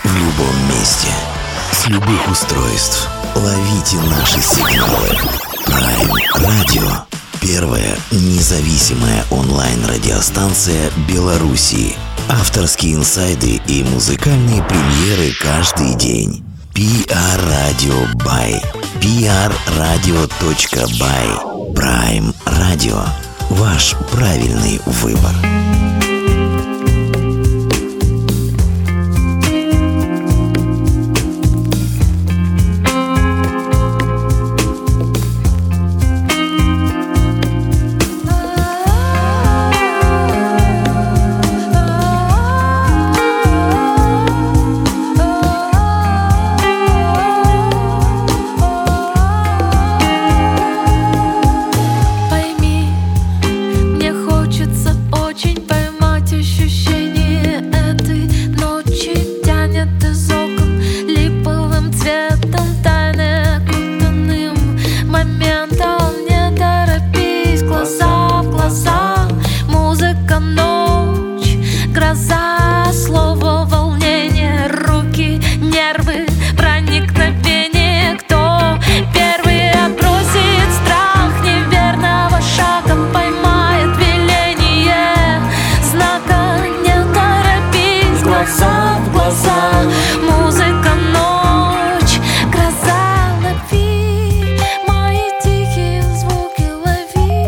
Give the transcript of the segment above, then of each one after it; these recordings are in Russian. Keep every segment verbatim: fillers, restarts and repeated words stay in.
в любом месте, с любых устройств. Ловите наши сигналы. Prime Radio. Первая независимая онлайн-радиостанция Беларуси. Авторские инсайды и музыкальные премьеры каждый день. пи ар Radio by пи ар радио точка бай. Prime Radio. Ваш правильный выбор.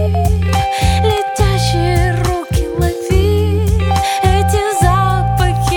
Летящие руки лови, эти запахи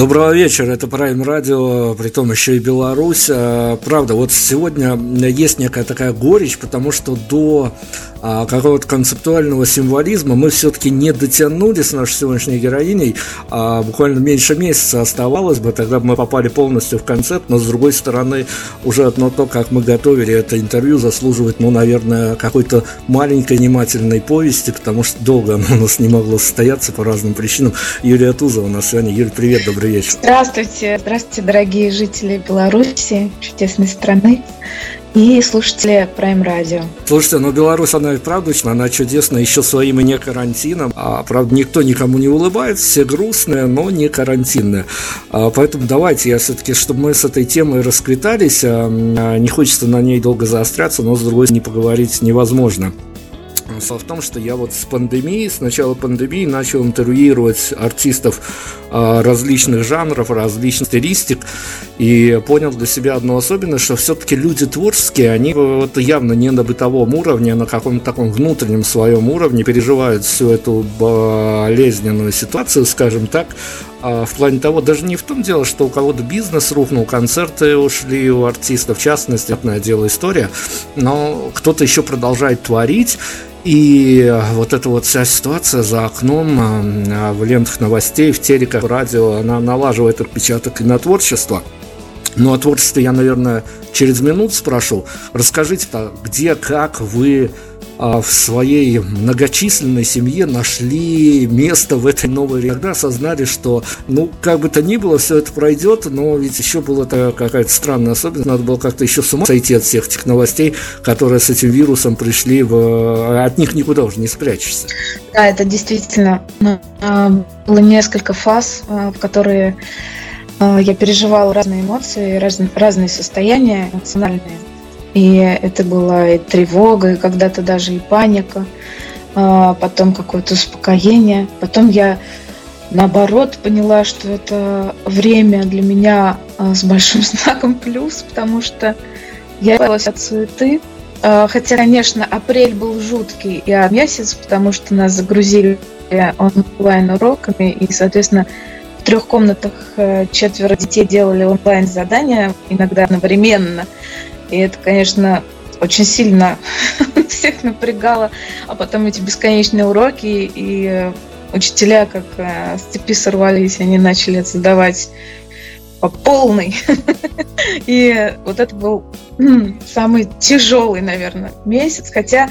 Доброго вечера, это Prime Radio, притом еще и Беларусь. Правда, вот сегодня есть некая такая горечь, потому что до а, какого-то концептуального символизма мы все-таки не дотянули с нашей сегодняшней героиней. а, Буквально меньше месяца оставалось бы, тогда бы мы попали полностью в концепт. Но с другой стороны, уже одно то, как мы готовили это интервью, заслуживает, ну, наверное, какой-то маленькой внимательной повести, потому что долго оно у нас не могло состояться по разным причинам. Юлия Тузова у нас сегодня. Юль, привет, добрый вечер. Здравствуйте, здравствуйте, дорогие жители Беларуси, чудесной страны, и слушатели Prime Radio. Слушайте, ну Беларусь, она и правда, она чудесна еще своим и не карантином. А, правда, никто никому не улыбается, все грустные, но не карантинные. А, поэтому давайте, я все-таки, чтобы мы с этой темой расквитались, а, не хочется на ней долго заостряться, но с другой стороны, не поговорить невозможно. Дело в том, что я вот с пандемией, с начала пандемии начал интервьюировать артистов а, различных жанров, различных стилистик, и понял для себя одну особенность, что все-таки люди творческие, они вот явно не на бытовом уровне, а на каком-то таком внутреннем своем уровне переживают всю эту болезненную ситуацию, скажем так. В плане того, даже не в том дело, что у кого-то бизнес рухнул, концерты ушли у артистов, в частности, одно дело история, но кто-то еще продолжает творить. И вот эта вот вся ситуация за окном, в лентах новостей, в телеках, в радио, она налаживает отпечаток и на творчество. Ну, о творчестве я, наверное, через минуту спрошу. Расскажите-то, где, как вы в своей многочисленной семье нашли место в этой новой, когда осознали, что, ну, как бы то ни было, все это пройдет, но ведь еще была какая-то странная особенность, надо было как-то еще с ума сойти от всех этих новостей, которые с этим вирусом пришли, в... от них никуда уже не спрячешься. Да, это действительно было несколько фаз, в которые я переживала разные эмоции, разные, разные состояния эмоциональные. И это была и тревога, и когда-то даже и паника, потом какое-то успокоение. Потом я, наоборот, поняла, что это время для меня с большим знаком плюс, потому что я избавилась от суеты. Хотя, конечно, апрель был жуткий и месяц, потому что нас загрузили онлайн-уроками, и, соответственно, в трех комнатах четверо детей делали онлайн-задания, иногда одновременно. И это, конечно, очень сильно всех напрягало. А потом эти бесконечные уроки, и учителя, как с цепи сорвались, они начали задавать по полной. И вот это был самый тяжелый, наверное, месяц. Хотя,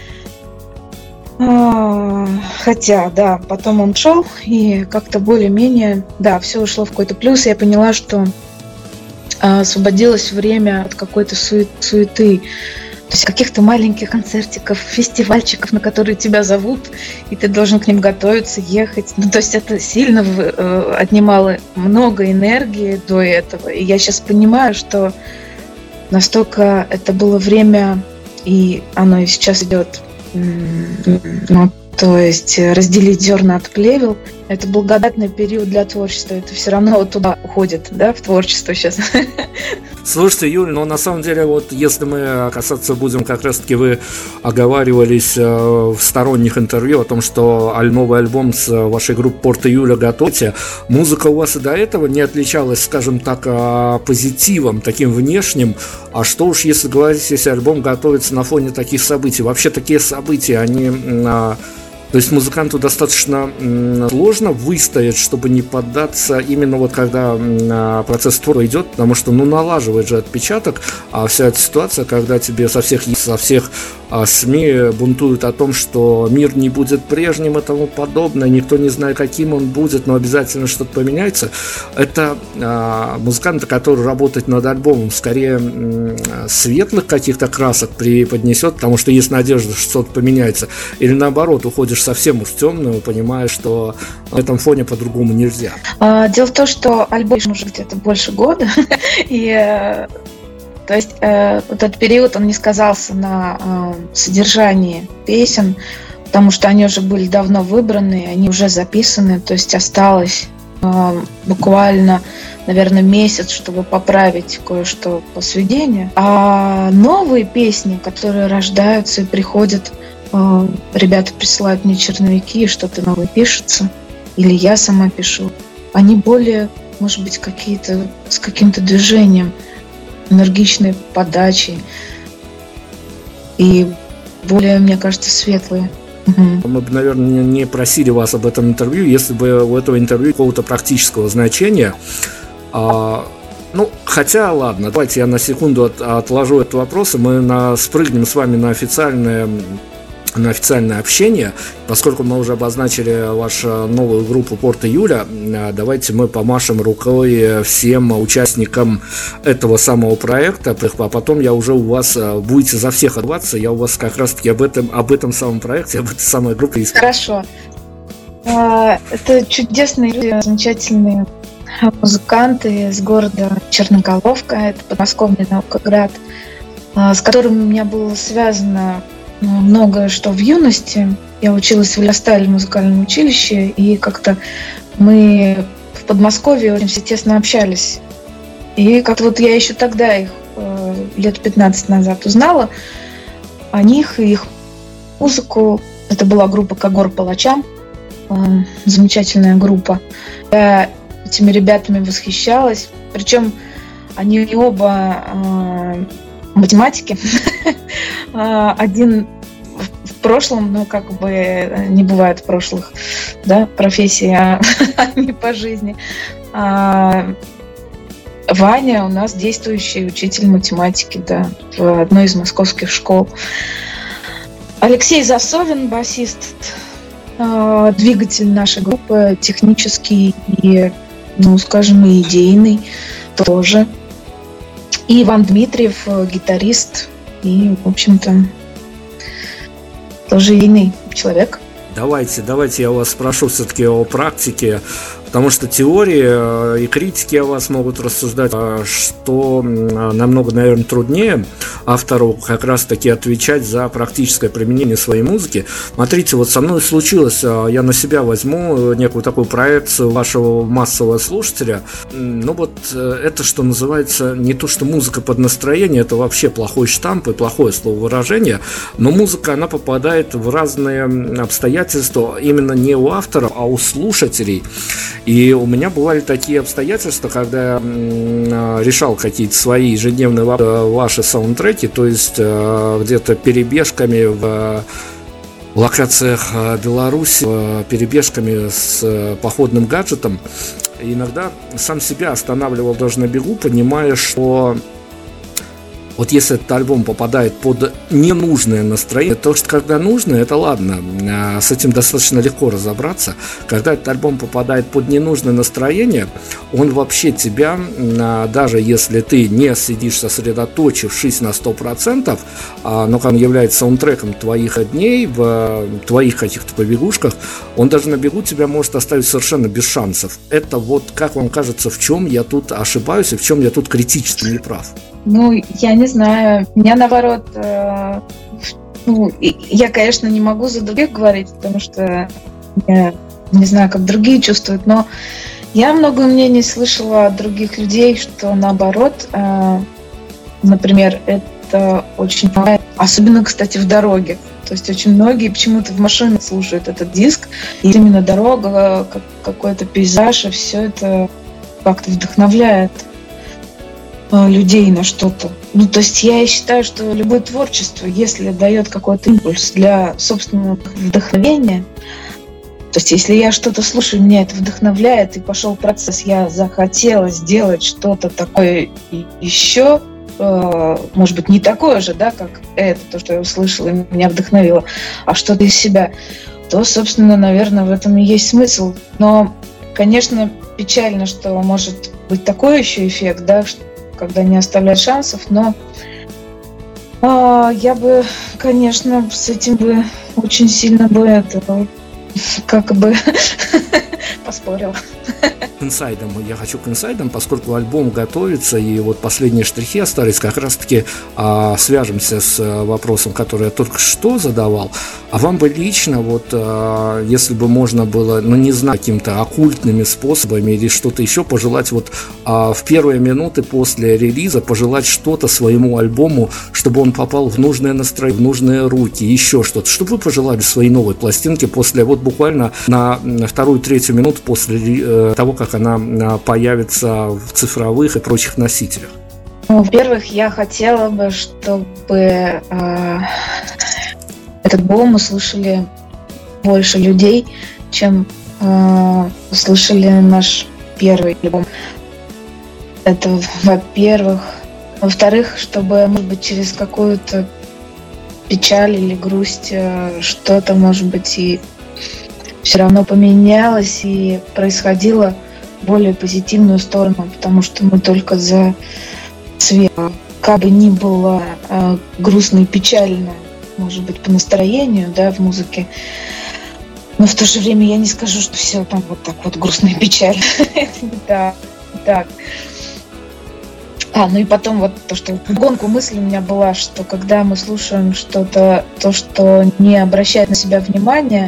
хотя, да, потом он шел, и как-то более-менее, да, все ушло в какой-то плюс. Я поняла, что освободилось время от какой-то сует, суеты, то есть каких-то маленьких концертиков, фестивальчиков, на которые тебя зовут, и ты должен к ним готовиться, ехать. Ну, то есть это сильно э, отнимало много энергии до этого. И я сейчас понимаю, что настолько это было время, и оно и сейчас идет, ну, то есть разделить зерна от плевел. Это благодатный период для творчества. Это все равно вот туда уходит, да, в творчество сейчас. Слушайте, Юль, но на самом деле, вот если мы касаться будем, как раз-таки вы оговаривались э, в сторонних интервью о том, что новый альбом с вашей группы Порт Июля готовите. Музыка у вас и до этого не отличалась, скажем так, э, позитивом, таким внешним. А что уж если говорить, если альбом готовится на фоне таких событий? Вообще такие события, они... Э, То есть музыканту достаточно сложно выстоять, чтобы не поддаться именно вот когда процесс твора идет, потому что, ну, налаживает же отпечаток, а вся эта ситуация, когда тебе со всех, со всех СМИ бунтуют о том, что мир не будет прежним и тому подобное, никто не знает, каким он будет, но обязательно что-то поменяется. Это а, музыканты, которые работают над альбомом, скорее м, светлых каких-то красок преподнесет, потому что есть надежда, что что-то поменяется, или наоборот, уходишь совсем уж темную, понимая, что на этом фоне по-другому нельзя. Дело в том, что альбом уже где-то больше года, и то есть э, вот этот период, он не сказался на э, содержании песен, потому что они уже были давно выбраны, они уже записаны, то есть осталось э, буквально, наверное, месяц, чтобы поправить кое-что по сведению. А новые песни, которые рождаются и приходят, э, ребята присылают мне черновики, и что-то новое пишется, или я сама пишу, они более может быть, какие-то с каким-то движением, энергичной подачей и более, мне кажется, светлые. Угу. Мы бы, наверное, не просили вас об этом интервью, если бы у этого интервью какого-то практического значения. А, ну, хотя, ладно, давайте я на секунду от, отложу этот вопрос, и мы на, спрыгнем с вами на официальное, на официальное общение. Поскольку мы уже обозначили вашу новую группу «Порт июля», давайте мы помашем рукой всем участникам этого самого проекта, а потом я уже у вас, будете за всех отдаваться, я у вас как раз-таки об этом, об этом самом проекте, об этой самой группе искал. Хорошо. Это чудесные люди, замечательные музыканты из города Черноголовка, это подмосковный Наукоград, с которым у меня было связано многое, что в юности. Я училась в Лиостале музыкальном училище, и как-то мы в Подмосковье очень все тесно общались. И как-то вот я еще тогда их, лет пятнадцать назад, узнала о них и их музыку. Это была группа «Когор Палачам», замечательная группа. Я этими ребятами восхищалась. Причем они оба э, математики. Один в прошлом, ну, как бы не бывает прошлых, да, профессий, а не по жизни. А Ваня у нас действующий учитель математики, да, в одной из московских школ. Алексей Засовин, басист, двигатель нашей группы, технический и, ну, скажем, и идейный тоже. И Иван Дмитриев, гитарист и, в общем-то, тоже идейный человек. Давайте, давайте я вас спрошу все-таки о практике, потому что теории и критики о вас могут рассуждать, что намного, наверное, труднее автору как раз-таки отвечать за практическое применение своей музыки. Смотрите, вот со мной случилось, я на себя возьму некую такую проекцию вашего массового слушателя. Ну вот это, что называется, не то что музыка под настроение, это вообще плохой штамп и плохое слововыражение, но музыка, она попадает в разные обстоятельства именно не у авторов, а у слушателей. И у меня бывали такие обстоятельства, когда я решал какие-то свои ежедневные ваши саундтреки, то есть где-то перебежками в локациях Беларуси, перебежками с походным гаджетом. И иногда сам себя останавливал даже на бегу, понимая, что вот если этот альбом попадает под ненужное настроение, то что когда нужно, это ладно, с этим достаточно легко разобраться. Когда этот альбом попадает под ненужное настроение, он вообще тебя, даже если ты не сидишь сосредоточившись на сто процентов, но он является саундтреком твоих дней, в твоих каких-то побегушках, он даже на бегу тебя может оставить совершенно без шансов. Это вот, как вам кажется, в чем я тут ошибаюсь и в чем я тут критически не прав? Ну, я не знаю. Меня, наоборот, э, ну, я, конечно, не могу за других говорить, потому что я не знаю, как другие чувствуют, но я много мнений слышала от других людей, что, наоборот, э, например, это очень помогает, особенно, кстати, в дороге. То есть очень многие почему-то в машине слушают этот диск, и именно дорога, как, какой-то пейзаж, и все это как-то вдохновляет людей на что-то. Ну, то есть я считаю, что любое творчество, если дает какой-то импульс для собственного вдохновения, то есть если я что-то слушаю, меня это вдохновляет, и пошел процесс, я захотела сделать что-то такое еще, э, может быть, не такое же, да, как это, то, что я услышала, и меня вдохновило, а что-то из себя, то, собственно, наверное, в этом и есть смысл. Но, конечно, печально, что может быть такой еще эффект, да, что когда не оставляют шансов, но а, я бы, конечно, с этим бы очень сильно бы это, как бы поспорила. К инсайдам, я хочу к инсайдам, поскольку альбом готовится, и вот последние штрихи остались, как раз-таки а, свяжемся с вопросом, который я только что задавал. А вам бы лично, вот, а, если бы можно было, ну, не знаю, какими-то оккультными способами или что-то еще пожелать, вот а, в первые минуты после релиза пожелать что-то своему альбому, чтобы он попал в нужное настроение, в нужные руки, еще что-то, чтобы вы пожелали своей новой пластинке после, вот буквально на вторую-третью минуту минут после того, как она появится в цифровых и прочих носителях? Ну, во-первых, я хотела бы, чтобы э, этот альбом услышали больше людей, чем э, услышали наш первый альбом. Это, во-первых. Во-вторых, чтобы, может быть, через какую-то печаль или грусть э, что-то, может быть, и все равно поменялось и происходило в более позитивную сторону, потому что мы только за свет. Как бы ни было э, грустно и печально, может быть, по настроению, да, в музыке, но в то же время я не скажу, что все там вот так вот грустно и печально. Это не так. Так. А, ну и потом вот то, что гонку мысли у меня была, что когда мы слушаем что-то, то, что не обращает на себя внимания,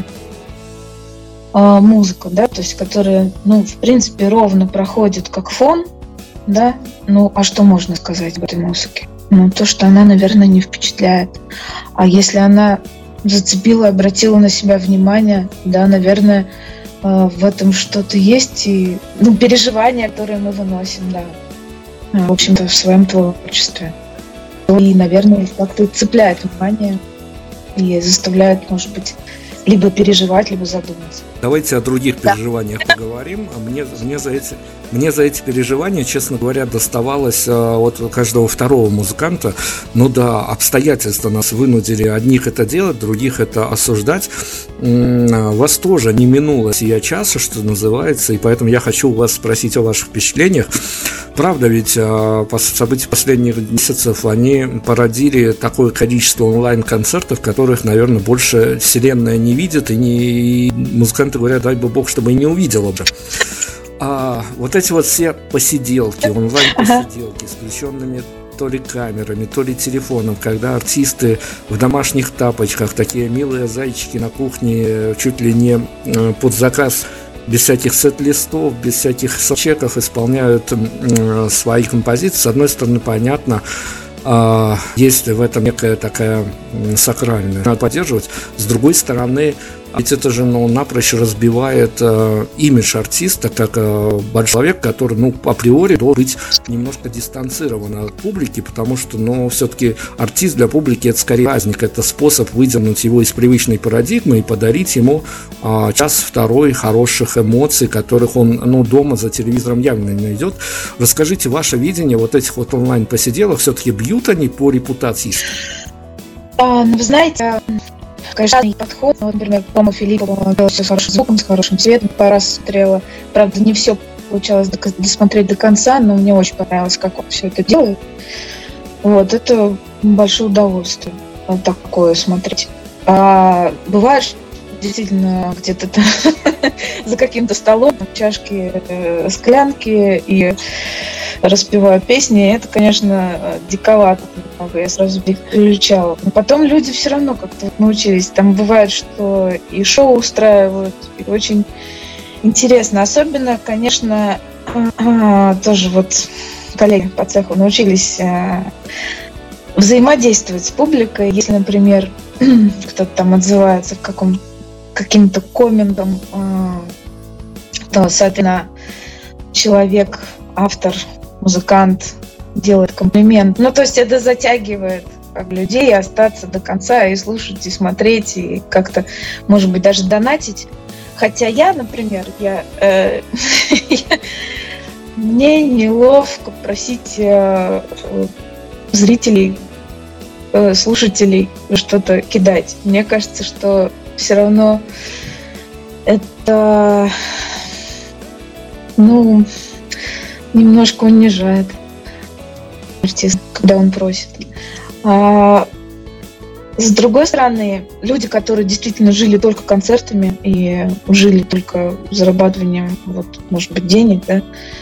э, музыку, да, то есть которая, ну, в принципе, ровно проходит как фон, да, ну, а что можно сказать об этой музыке? Ну, то, что она, наверное, не впечатляет. А если она зацепила, обратила на себя внимание, да, наверное, э, в этом что-то есть, и, ну, переживания, которые мы выносим, да, в общем-то, в своем творчестве. И, наверное, как-то цепляет внимание и заставляет, может быть, либо переживать, либо задуматься. Давайте о других Да. переживаниях поговорим. А Мне, мне, за эти, мне за эти переживания, честно говоря, доставалось а, от каждого второго музыканта. Ну да, обстоятельства нас вынудили одних это делать, других это осуждать. М-м, вас тоже не минуло сия часа, что называется, и поэтому я хочу у вас спросить о ваших впечатлениях. Правда, ведь а, события последних месяцев, они породили такое количество онлайн-концертов, которых, наверное, больше вселенная не видит, и, не, и музыканты говорят, дай бы бог, чтобы и не увидела бы. А вот эти вот все посиделки, онлайн-посиделки с включенными то ли камерами, то ли телефоном, когда артисты в домашних тапочках, такие милые зайчики на кухне, чуть ли не под заказ, без всяких сет-листов, без всяких чеков исполняют э, свои композиции. С одной стороны, понятно, э, есть в этом некая такая сакральная, надо поддерживать. С другой стороны, ведь это же, ну, напрочь разбивает э, имидж артиста, как э, большой человек, который, ну, априори должен быть немножко дистанцирован от публики, потому что, ну, все-таки артист для публики это скорее праздник, это способ выдернуть его из привычной парадигмы и подарить ему э, час-второй хороших эмоций, которых он, ну, дома за телевизором явно не найдет. Расскажите ваше видение вот этих вот онлайн-посиделок, все-таки бьют они по репутации? А, ну, вы знаете, конечно, подход. Вот, например, по-моему, Филиппова делала все с хорошим звуком, с хорошим цветом. По раз смотрела. Правда, не все получалось досмотреть до конца, но мне очень понравилось, как он все это делает. Вот, это большое удовольствие вот такое смотреть. А бывает, что действительно где-то там за каким-то столом чашки, э, склянки и распеваю песни. Это, конечно, диковато немного. Я сразу их переключала. Но потом люди все равно как-то научились. Там бывает, что и шоу устраивают, и очень интересно. Особенно, конечно, тоже вот коллеги по цеху научились взаимодействовать с публикой. Если, например, кто-то там отзывается в каком каким-то комментом, то, соответственно, человек, автор, музыкант делает комплимент. Ну, то есть это затягивает как людей остаться до конца и слушать, и смотреть, и как-то, может быть, даже донатить. Хотя я, например, я, э, я мне неловко просить э, зрителей, э, слушателей что-то кидать. Мне кажется, что все равно это, ну, немножко унижает артиста, когда он просит. А с другой стороны, люди, которые действительно жили только концертами и жили только зарабатыванием, вот, может быть, денег, да,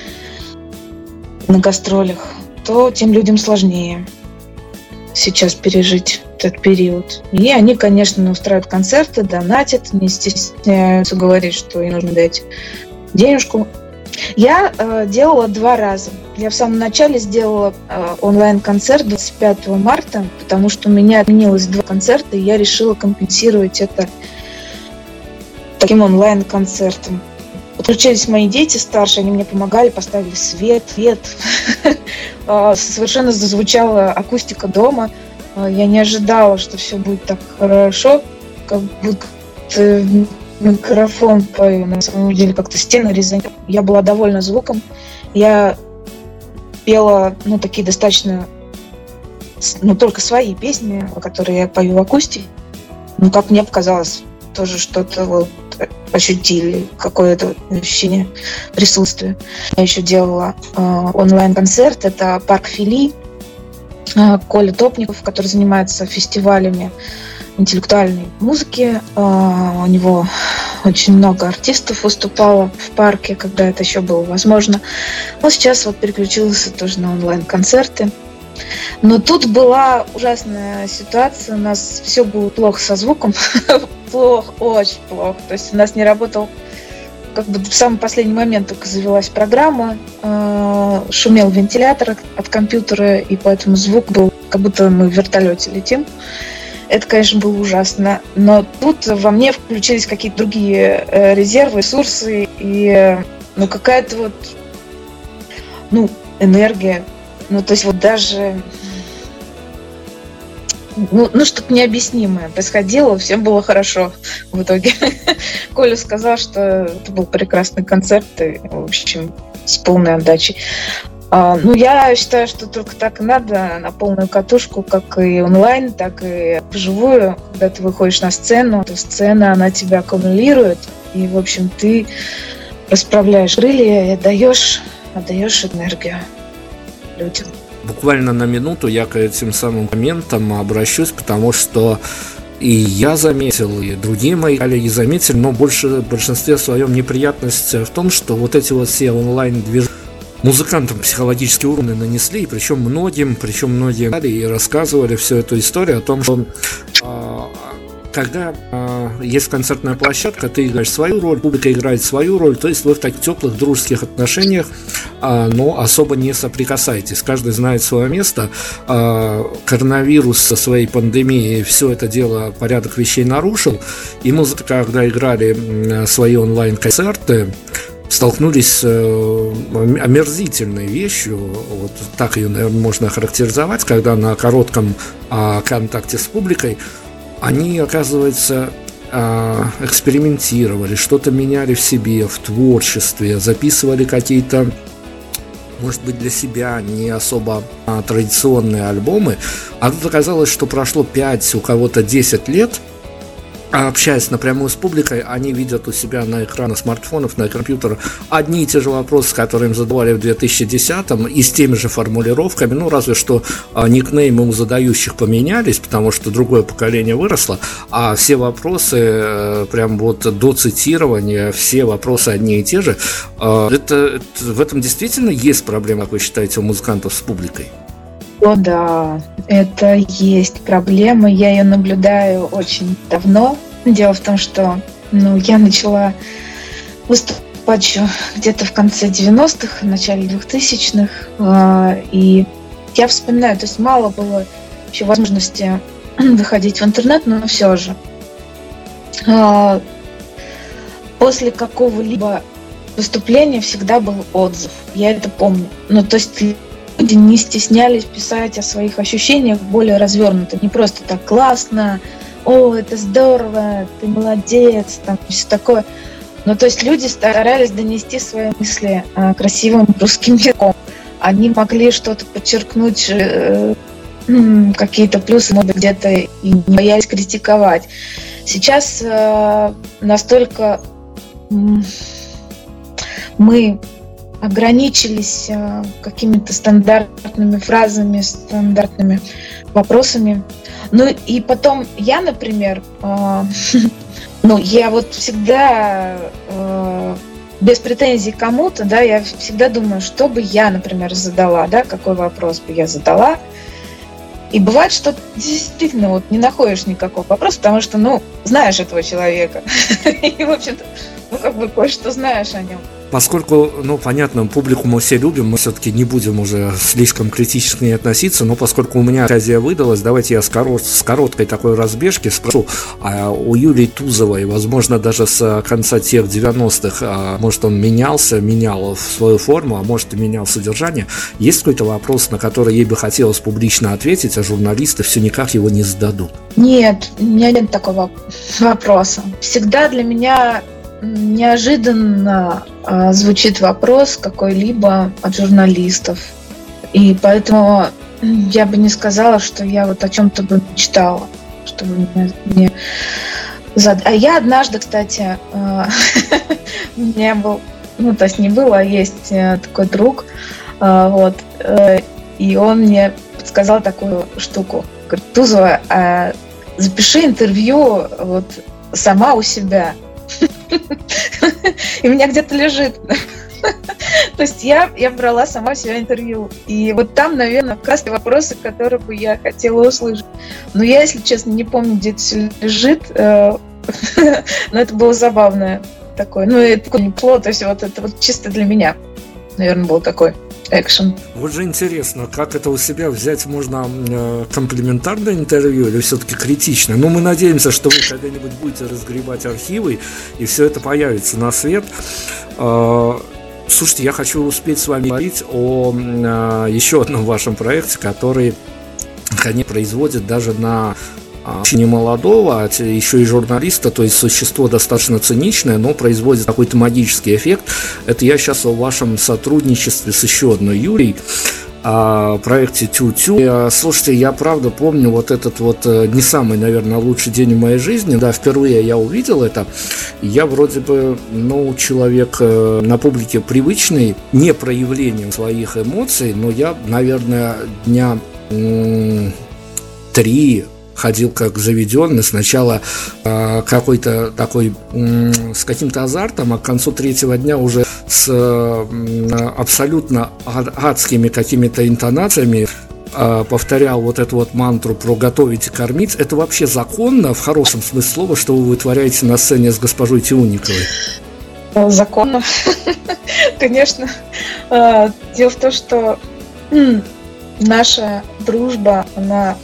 на гастролях, то тем людям сложнее сейчас пережить этот период. И они, конечно, устраивают концерты, донатят, не стесняются говорить, что им нужно дать денежку. Я э, делала два раза. Я в самом начале сделала э, онлайн-концерт двадцать пятого марта, потому что у меня отменилось два концерта, и я решила компенсировать это таким онлайн-концертом. Подключились мои дети старшие, они мне помогали, поставили свет, свет. Совершенно зазвучала акустика дома. Я не ожидала, что все будет так хорошо, как будто микрофон пою. На самом деле как-то стены резонировали. Я была довольна звуком. Я пела, ну, такие достаточно, ну, только свои песни, которые я пою в акустике. Ну, как мне показалось, тоже что-то вот ощутили, какое-то ощущение присутствия. Я еще делала э, онлайн-концерт. Это парк Фили. Э, Коля Топников, который занимается фестивалями интеллектуальной музыки. Э, у него очень много артистов выступало в парке, когда это еще было возможно. Но сейчас вот переключился тоже на онлайн-концерты. Но тут была ужасная ситуация. У нас все было плохо со звуком. Плохо, очень плохо. То есть у нас не работал, как бы в самый последний момент только завелась программа, э, шумел вентилятор от компьютера, и поэтому звук был, как будто мы в вертолете летим. Это, конечно, было ужасно. Но тут во мне включились какие-то другие э, резервы, ресурсы, и э, ну, какая-то вот ну, энергия. Ну, то есть вот даже ну, ну, что-то необъяснимое происходило, всем было хорошо в итоге. Коля сказал, что это был прекрасный концерт, и, в общем, с полной отдачей. А, ну, я считаю, что только так и надо, на полную катушку, как и онлайн, так и вживую. Когда ты выходишь на сцену, то сцена, она тебя аккумулирует, и, в общем, ты расправляешь крылья и отдаешь, отдаешь энергию людям. Буквально на минуту я к этим самым моментам обращусь, потому что и я заметил, и другие мои коллеги заметили, но больше в большинстве своем неприятность в том, что вот эти вот все онлайн-движения музыкантам психологические уроны нанесли, и причем многим, причем многие и рассказывали всю эту историю о том, что когда э, есть концертная площадка, ты играешь свою роль, публика играет свою роль, то есть вы в таких теплых дружеских отношениях, э, но особо не соприкасаетесь. Каждый знает свое место. Э, коронавирус со своей пандемией все это дело, порядок вещей нарушил, и музыка, когда играли свои онлайн-концерты, столкнулись с э, омерзительной вещью, вот так ее, наверное, можно охарактеризовать, когда на коротком э, контакте с публикой они, оказывается, экспериментировали, что-то меняли в себе, в творчестве, записывали какие-то, может быть, для себя не особо традиционные альбомы. А тут оказалось, что прошло пять, у кого-то десять лет, а общаясь напрямую с публикой, они видят у себя на экранах смартфонов, на компьютерах одни и те же вопросы, которые им задавали в две тысячи десятом, и с теми же формулировками, ну, разве что а, никнеймы у задающих поменялись, потому что другое поколение выросло, а все вопросы, э, прям вот до цитирования, все вопросы одни и те же. Э, это, это, в этом действительно есть проблема, как вы считаете, у музыкантов с публикой? О, да, это есть проблема, я ее наблюдаю очень давно. Дело в том, что ну, я начала выступать еще где-то в конце девяностых, в начале двухтысячных, и я вспоминаю, то есть мало было еще возможности выходить в интернет, но все же. После какого-либо выступления всегда был отзыв, я это помню. Ну, то есть люди не стеснялись писать о своих ощущениях более развернуто. Не просто так классно, о, это здорово, ты молодец, там все такое. Но то есть люди старались донести свои мысли а, красивым русским языком. Они могли что-то подчеркнуть, э, какие-то плюсы, может быть, где-то и не боялись критиковать. Сейчас э, настолько э, мы ограничились э, какими-то стандартными фразами, стандартными вопросами. Ну и потом я, например, э, ну я вот всегда э, без претензий к кому-то, да, я всегда думаю, что бы я, например, задала, да, какой вопрос бы я задала. И бывает, что действительно вот не находишь никакого вопроса, потому что, ну, знаешь этого человека. И, в общем-то, ну, как бы кое-что знаешь о нем. поскольку, ну, понятно, публику мы все любим, мы все-таки не будем уже слишком критически к ней относиться, но поскольку у меня оказия выдалась, давайте я с, корот, с короткой такой разбежки спрошу, а у Юлии Тузовой, возможно, даже с конца тех девяностых, а, может, он менялся, менял свою форму, а может, и менял содержание. Есть какой-то вопрос, на который ей бы хотелось публично ответить, а журналисты все никак его не зададут? Нет, у меня нет такого вопроса. Всегда для меня неожиданно а, звучит вопрос какой-либо от журналистов. И поэтому я бы не сказала, что я вот о чем-то бы мечтала, чтобы меня, мне зад... А я однажды, кстати, у меня был, ну, то есть не было, а есть такой друг, вот, и он мне подсказал такую штуку. Говорит: Тузова, запиши интервью вот сама у себя. И у меня где-то лежит. То есть я, я брала сама у себя интервью. И вот там, наверное, как раз вопросы, которые бы я хотела услышать. Но я, если честно, не помню, где это все лежит. Но это было забавное такое. Ну, это такое неплохо. То есть вот это вот чисто для меня, наверное, был такой экшен. Вот же интересно, как это у себя взять можно э, комплиментарное интервью или все-таки критичное? Ну, мы надеемся, что вы когда-нибудь будете разгребать архивы, и все это появится на свет. Э, слушайте, я хочу успеть с вами говорить о э, еще одном вашем проекте, который они производят даже на очень немолодого, а еще и журналиста, то есть существо достаточно циничное, но производит какой-то магический эффект. Это я сейчас о вашем сотрудничестве с еще одной Юлей, о проекте Тю-Тю. Слушайте, я правда помню вот этот вот не самый, наверное, лучший день в моей жизни. Да, впервые я увидел это. Я вроде бы, ну, человек на публике привычный, не проявлением своих эмоций, но я, наверное, дня м- три ходил как заведенный, сначала э, какой-то такой э, с каким-то азартом, а к концу третьего дня уже с э, абсолютно адскими какими-то интонациями э, повторял вот эту вот мантру про готовить и кормить. Это вообще законно, в хорошем смысле слова, что вы вытворяете на сцене с госпожой Тиунниковой? Законно, конечно. Дело в том, что наша дружба, она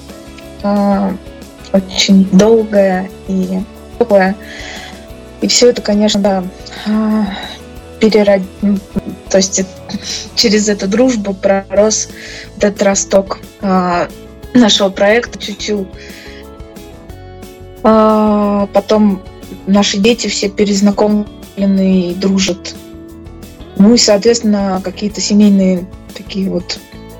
очень долгая и теплая. И все это, конечно, да, перерод... то есть через эту дружбу пророс вот этот росток нашего проекта Тю-Тю. Потом наши дети все перезнакомлены и дружат. Ну и, соответственно, какие-то семейные такие вот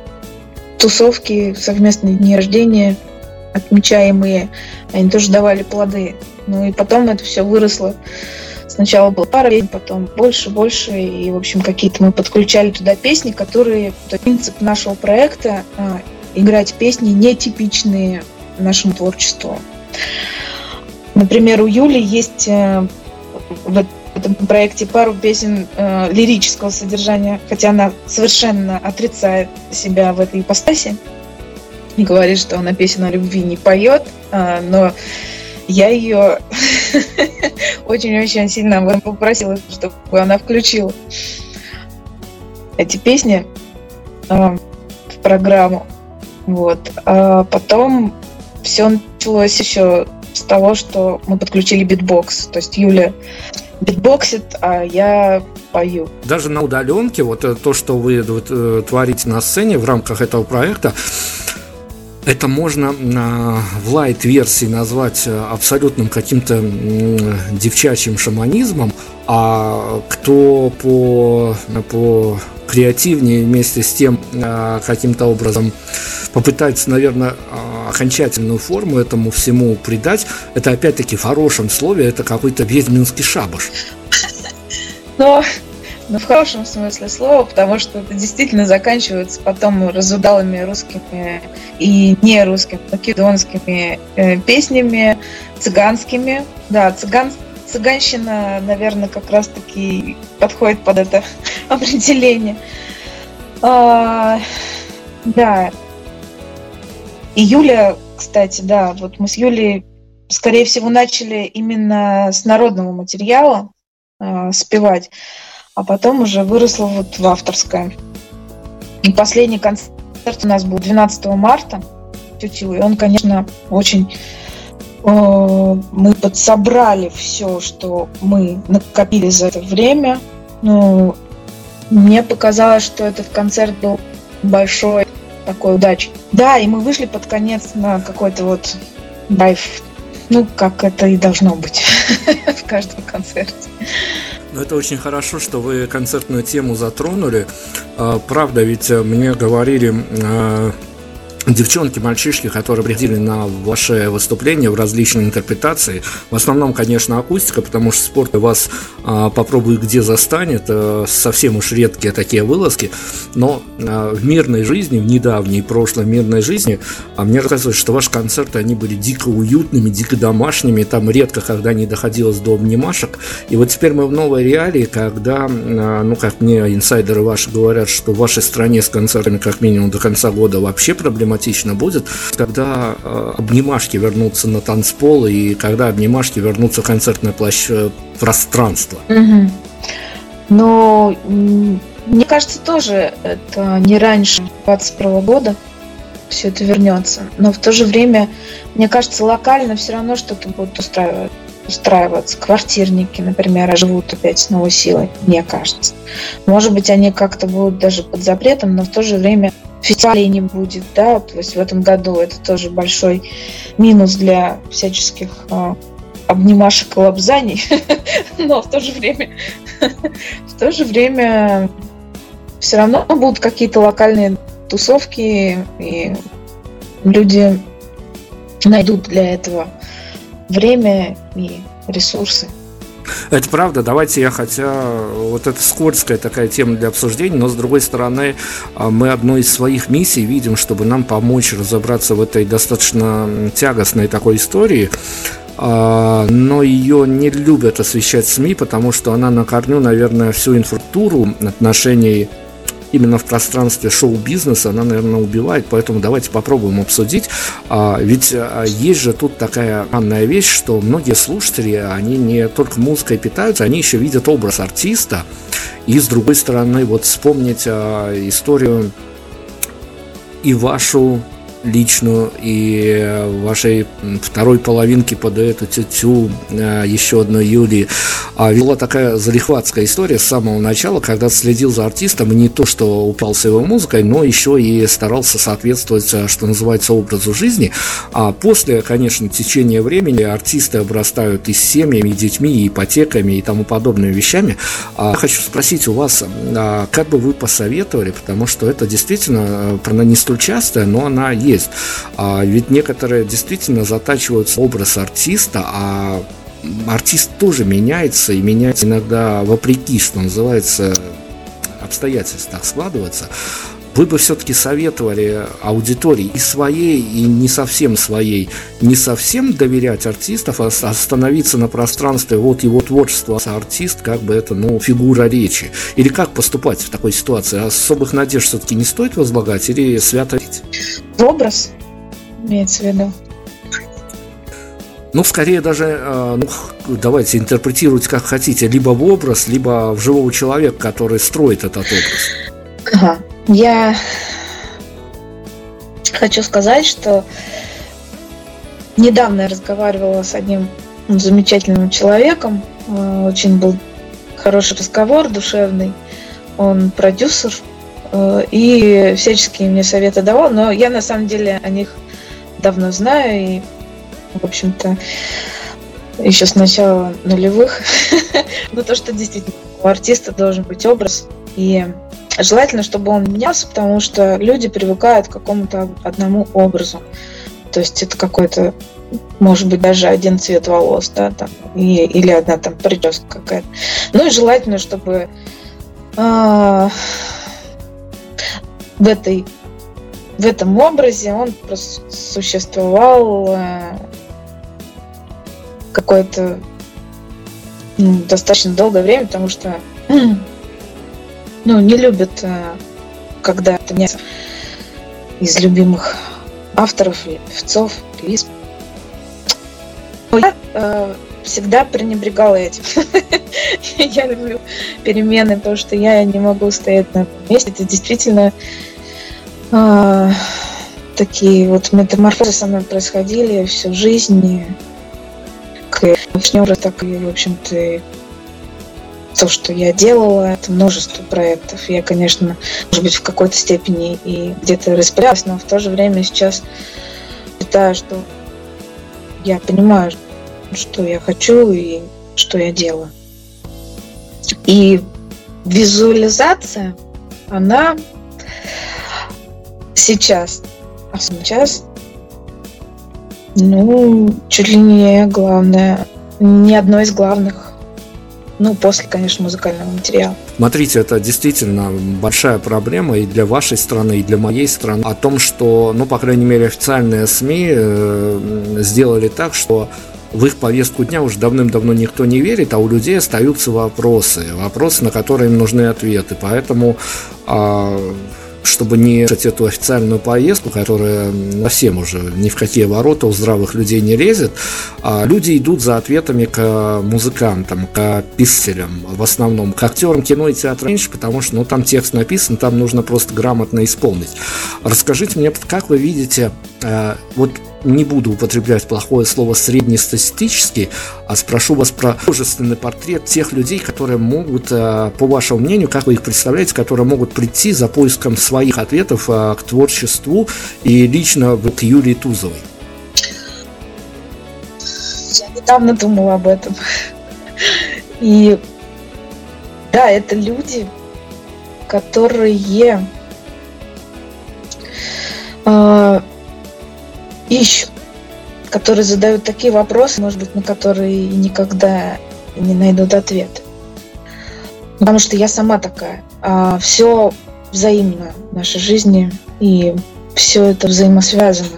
тусовки, совместные дни рождения, отмечаемые, они тоже давали плоды. Ну и потом это все выросло. Сначала было пара песен, потом больше, больше. И, в общем, какие-то мы подключали туда песни, которые... Принцип нашего проекта а, — играть песни, нетипичные нашему творчеству. Например, у Юли есть э, в этом проекте пару песен э, лирического содержания, хотя она совершенно отрицает себя в этой ипостаси и говорит, что она песен о любви не поет, э, но я ее очень-очень сильно попросила, чтобы она включила эти песни э, в программу. Вот. А потом все началось еще с того, что мы подключили битбокс. То есть Юля битбоксит, а я пою. Даже на удаленке, вот то, что вы вот, творите на сцене в рамках этого проекта, это можно в лайт-версии назвать абсолютным каким-то девчачьим шаманизмом, а кто по, по креативнее вместе с тем каким-то образом попытается, наверное, окончательную форму этому всему придать, это опять-таки в хорошем слове, это какой-то ведьминский шабаш. Но, но в хорошем смысле слова, потому что это действительно заканчивается потом разудалыми русскими и не русскими, македонскими э, песнями, цыганскими. Да, цыган, цыганщина, наверное, как раз-таки подходит под это определение. А, да. И Юля, кстати, да, вот мы с Юлей, скорее всего, начали именно с народного материала э, спевать. а потом уже выросла вот в авторское. И последний концерт у нас был двенадцатого марта, и он, конечно, очень... Мы подсобрали все, что мы накопили за это время. Ну, мне показалось, что этот концерт был большой такой удачей. Да, и мы вышли под конец на какой-то вот драйв, ну, как это и должно быть в каждом концерте. Ну, это очень хорошо, что вы концертную тему затронули. Правда, ведь мне говорили девчонки, мальчишки, которые приходили на ваши выступления в различные интерпретации. В основном, конечно, акустика, потому что спорт вас а, попробуй где застанет. А, совсем уж редкие такие вылазки. Но а, в мирной жизни, в недавней прошлой мирной жизни, а мне рассказывают, что ваши концерты, они были дико уютными, дико домашними. Там редко когда не доходилось до обнимашек. И вот теперь мы в новой реалии, когда, а, ну, как мне инсайдеры ваши говорят, что в вашей стране с концертами как минимум до конца года вообще проблематично будет, когда э, обнимашки вернутся на танцпол и когда обнимашки вернутся в концертное площ... пространство. Угу. Но мне кажется, тоже это не раньше двадцать первого года все это вернется. Но в то же время, мне кажется, локально все равно что-то будут устраивать. устраиваться. Квартирники, например, живут опять с новой силой, мне кажется. Может быть, они как-то будут даже под запретом, но в то же время фестивалей не будет, да, то есть в этом году это тоже большой минус для всяческих э, обнимашек и лапзаний, но в то же время в то же время все равно будут какие-то локальные тусовки, и люди найдут для этого время и ресурсы. Это правда, давайте я, хотя вот это скользкая такая тема для обсуждения, но с другой стороны, мы одной из своих миссий видим, чтобы нам помочь разобраться в этой достаточно тягостной такой истории, но ее не любят освещать СМИ, потому что она на корню, наверное, всю инфраструктуру отношений именно в пространстве шоу-бизнеса, она, наверное, убивает, поэтому давайте попробуем обсудить. А, ведь а, есть же тут такая странная вещь, что многие слушатели, они не только музыкой питаются, они еще видят образ артиста, и с другой стороны, вот вспомнить а, историю и вашу личную, и вашей второй половинки по дуэту Тю-Тю, еще одной Юлии. Была такая залихватская история с самого начала, когда следил за артистом, и не то, что упался его музыкой, но еще и старался соответствовать, что называется, образу жизни. А после, конечно, течения времени артисты обрастают и семьями, и детьми, и ипотеками, и тому подобными вещами. Хочу спросить у вас, как бы вы посоветовали, потому что это действительно, она не столь частая, но она есть. Есть. А ведь некоторые действительно затачиваются в образ артиста, а артист тоже меняется, и меняется иногда вопреки, что называется, обстоятельства складываются. Вы бы все-таки советовали аудитории и своей, и не совсем своей, не совсем доверять артистов, а остановиться на пространстве вот его творчество, артист, как бы это, ну, фигура речи. Или как поступать в такой ситуации? Особых надежд все-таки не стоит возлагать или свято верить? Образ имеется в виду? Ну, скорее даже, ну, давайте интерпретируйте как хотите, либо в образ, либо в живого человека, который строит этот образ. Ага. Я хочу сказать, что недавно я разговаривала с одним замечательным человеком, очень был хороший разговор, душевный, он продюсер и всяческие мне советы давал, но я на самом деле о них давно знаю и, в общем-то, еще с начала нулевых, но то, что действительно у артиста должен быть образ, и желательно, чтобы он менялся, потому что люди привыкают к какому-то одному образу. То есть это какой-то, может быть, даже один цвет волос, да, там, и, или одна там прическа какая-то. Ну и желательно, чтобы э, в, этой, в этом образе он существовал э, какое-то ну, достаточно долгое время, потому что ну, не любят, когда это меняется из любимых авторов, певцов, певиц. Я э, всегда пренебрегала этим. Я люблю перемены, потому что я не могу стоять на месте. Это действительно э, такие вот метаморфозы со мной происходили всю жизнь. Как партнеры, так и, в общем-то, то, что я делала, это множество проектов. Я, конечно, может быть, в какой-то степени и где-то распылялась, но в то же время сейчас считаю, что я понимаю, что я хочу и что я делаю. И визуализация, она сейчас, а сейчас, ну, чуть ли не главное, не одно из главных, ну, после, конечно, музыкального материала. Смотрите, это действительно большая проблема и для вашей страны, и для моей страны, о том, что, ну, по крайней мере, официальные СМИ э, сделали так, что в их повестку дня уже давным-давно никто не верит, а у людей остаются вопросы, вопросы, на которые им нужны ответы. Поэтому, э, чтобы не слушать эту официальную повестку, которая совсем уже ни в какие ворота у здравых людей не лезет, э, люди идут за ответами к музыкантам, к писателям, в основном к актерам кино и театра меньше, потому что, ну, там текст написан, там нужно просто грамотно исполнить. Расскажите мне, как вы видите, э, вот не буду употреблять плохое слово среднестатистический, а спрошу вас про художественный портрет тех людей, которые могут, по вашему мнению, как вы их представляете, которые могут прийти за поиском своих ответов к творчеству и лично вот к Юлии Тузовой. Я недавно думала об этом. И да, это люди, которые э, ищут, которые задают такие вопросы, может быть, на которые никогда не найдут ответ. Потому что я сама такая. А все взаимно в нашей жизни, и все это взаимосвязано.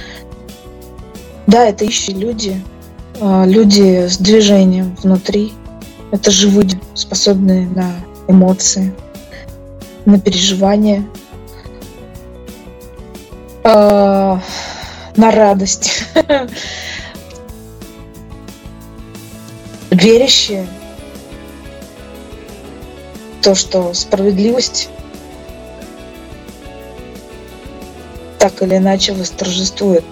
Да, это ищут люди, люди с движением внутри. Это живые люди, способные на эмоции, на переживания, на радость, верящие в то, что справедливость так или иначе восторжествует.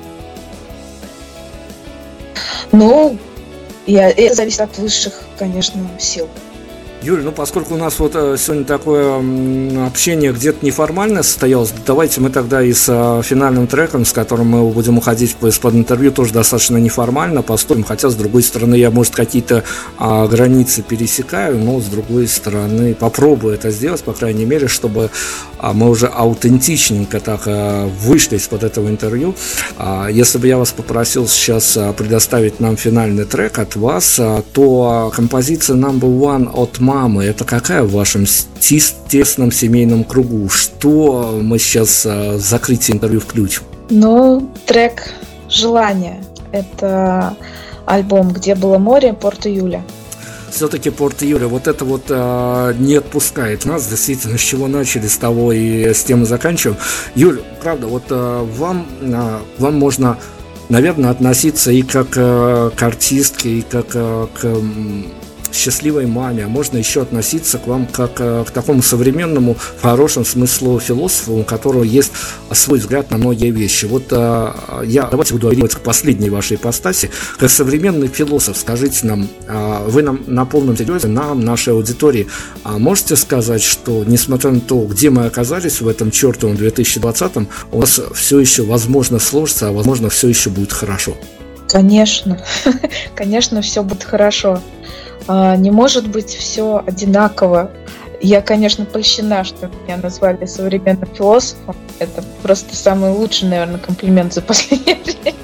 Ну, я, это зависит от высших, конечно, сил. Юль, ну поскольку у нас вот сегодня такое общение где-то неформальное состоялось, давайте мы тогда и с финальным треком, с которым мы будем уходить из-под интервью, тоже достаточно неформально поступим, хотя с другой стороны я, может, какие-то а, границы пересекаю, но с другой стороны попробую это сделать, по крайней мере, чтобы а, мы уже аутентичненько так а, вышли из-под этого интервью. А, если бы я вас попросил сейчас а, предоставить нам финальный трек от вас, а, то композиция Number One от мамы, это какая в вашем тесном семейном кругу? Что мы сейчас в закрытии интервью включим? Ну, трек «Желание». Это альбом «Где было море», Порт Июля. Все-таки Порт Июля, вот это вот а, не отпускает нас, действительно, с чего начали, с того и с тем и заканчиваем. Юль, правда, вот а, вам, а, вам можно, наверное, относиться и как а, к артистке, и как а, к счастливой маме, а можно еще относиться к вам как к такому современному, в хорошем смысле философу, у которого есть свой взгляд на многие вещи. Вот а, я давайте буду ориентироваться к последней вашей ипостаси. Как современный философ, скажите нам, а, вы нам на полном серьезе, нам, нашей аудитории, а можете сказать, что несмотря на то, где мы оказались в этом чертовом две тысячи двадцатом, у нас все еще возможно сложится, а возможно все еще будет хорошо? Конечно, конечно, все будет хорошо. Не может быть все одинаково. Я, конечно, польщена, что меня назвали современным философом. Это просто самый лучший, наверное, комплимент за последнее время.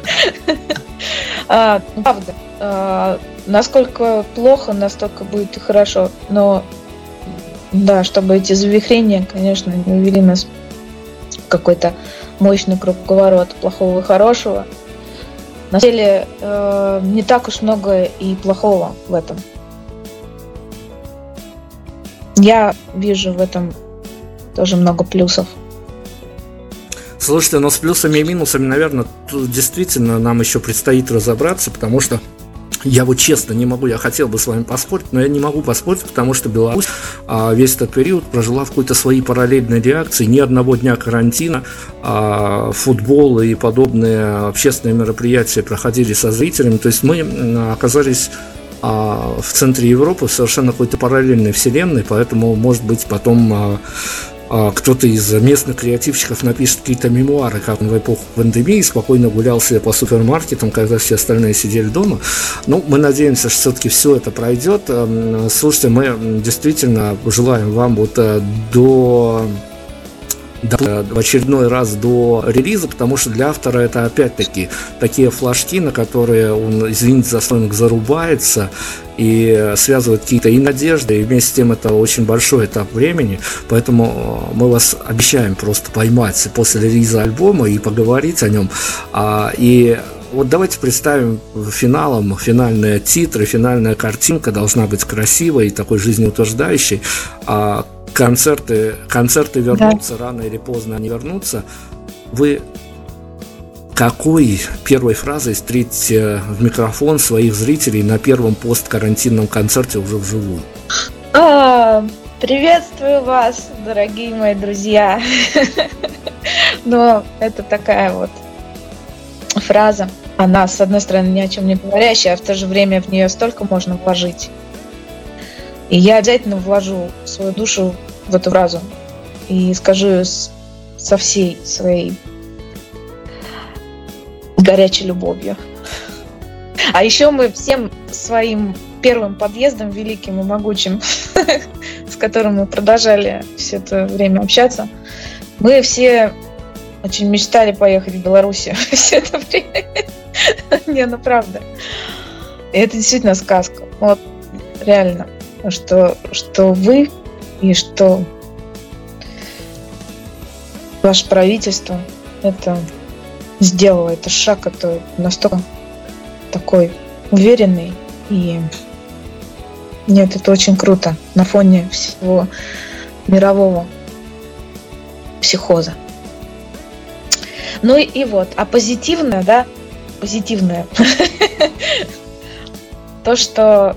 А, правда. А, насколько плохо, настолько будет и хорошо. Но, да, чтобы эти завихрения, конечно, не увели нас в какой-то мощный круговорот плохого и хорошего. На самом деле э, не так уж много и плохого в этом. Я вижу в этом тоже много плюсов. Слушайте, но с плюсами и минусами, наверное, тут действительно нам еще предстоит разобраться, потому что Я вот честно не могу, я хотел бы с вами поспорить, но я не могу поспорить, потому что Беларусь а, весь этот период прожила в какой-то своей параллельной реакции. Ни одного дня карантина, а, футбол и подобные общественные мероприятия проходили со зрителями. То есть мы оказались а, в центре Европы в совершенно какой-то параллельной вселенной, поэтому, может быть, потом... А, кто-то из местных креативщиков напишет какие-то мемуары, как он в эпоху пандемии спокойно гулял себе по супермаркетам, когда все остальные сидели дома. Ну, мы надеемся, что все-таки все это пройдет. Слушайте, мы действительно желаем вам вот до... До, в очередной раз до релиза, потому что для автора это опять-таки такие флажки, на которые он, извините за сленг, зарубается и связывает какие-то и надежды, и вместе с тем это очень большой этап времени, поэтому мы вас обещаем просто поймать после релиза альбома и поговорить о нем. И вот давайте представим финалом, финальные титры, финальная картинка должна быть красивой и такой жизнеутверждающей. Концерты, концерты вернутся, да. Рано или поздно они вернутся. Вы какой первой фразой встретите в микрофон своих зрителей на первом посткарантинном концерте уже вживую? А, приветствую вас, дорогие мои друзья. Но это такая вот фраза. Она, с одной стороны, ни о чем не говорящая, а в то же время в нее столько можно вложить. И я обязательно вложу свою душу в эту фразу и скажу ее со всей своей горячей любовью. А еще мы всем своим первым подъездом, великим и могучим, с которым мы продолжали все это время общаться, мы все очень мечтали поехать в Белоруссию все это время. Не, ну правда. И это действительно сказка. Вот реально. Что, что вы и что ваше правительство это сделало. Это шаг, который настолько такой уверенный. И нет, это очень круто на фоне всего мирового психоза. Ну и, и вот, а позитивное, да, позитивное то, что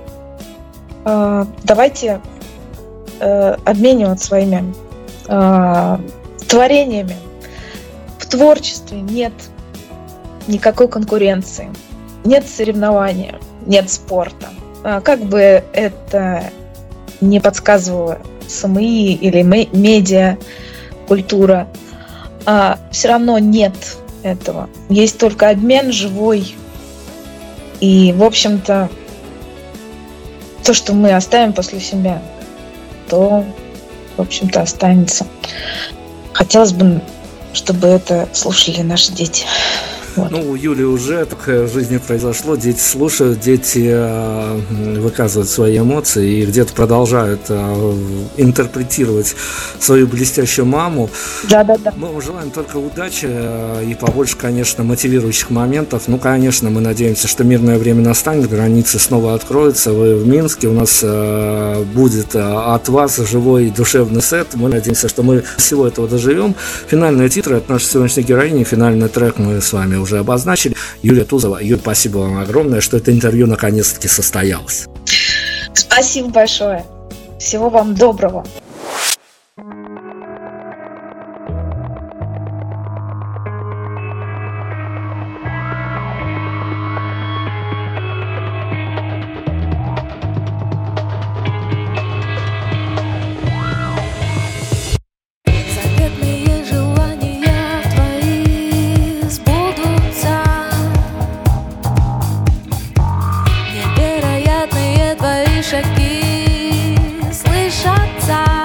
давайте э, обмениваться своими э, творениями. В творчестве нет никакой конкуренции, нет соревнования, нет спорта. А как бы это не подсказывало СМИ или медиа, культура, а все равно нет этого. Есть только обмен живой. И, в общем-то, то, что мы оставим после себя, то, в общем-то, останется. Хотелось бы, чтобы это слушали наши дети. Вот. Ну, у Юли уже такое в жизни произошло. Дети слушают, дети э, выказывают свои эмоции и где-то продолжают э, интерпретировать свою блестящую маму. Да, да, да. Мы вам желаем только удачи э, и побольше, конечно, мотивирующих моментов. Ну, конечно, мы надеемся, что мирное время настанет, границы снова откроются. Вы в Минске, у нас э, будет э, от вас живой душевный сет. Мы надеемся, что мы всего этого доживем. Финальные титры от нашей сегодняшней героини, финальный трек мы с вами уже обозначили. Юлия Тузова. Юль, спасибо вам огромное, что это интервью наконец-таки состоялось. Спасибо большое. Всего вам доброго. Шаги слышатся.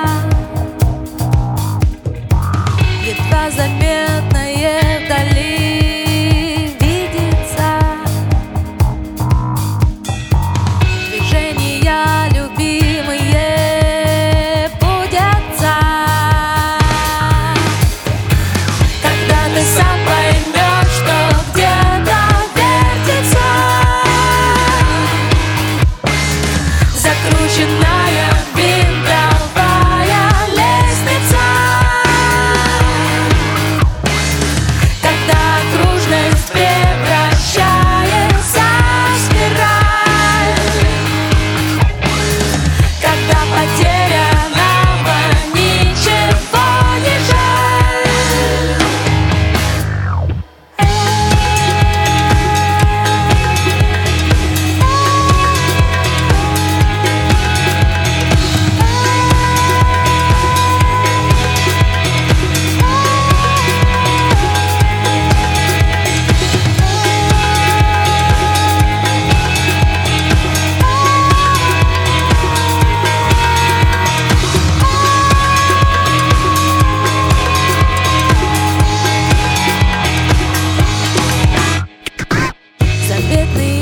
заветные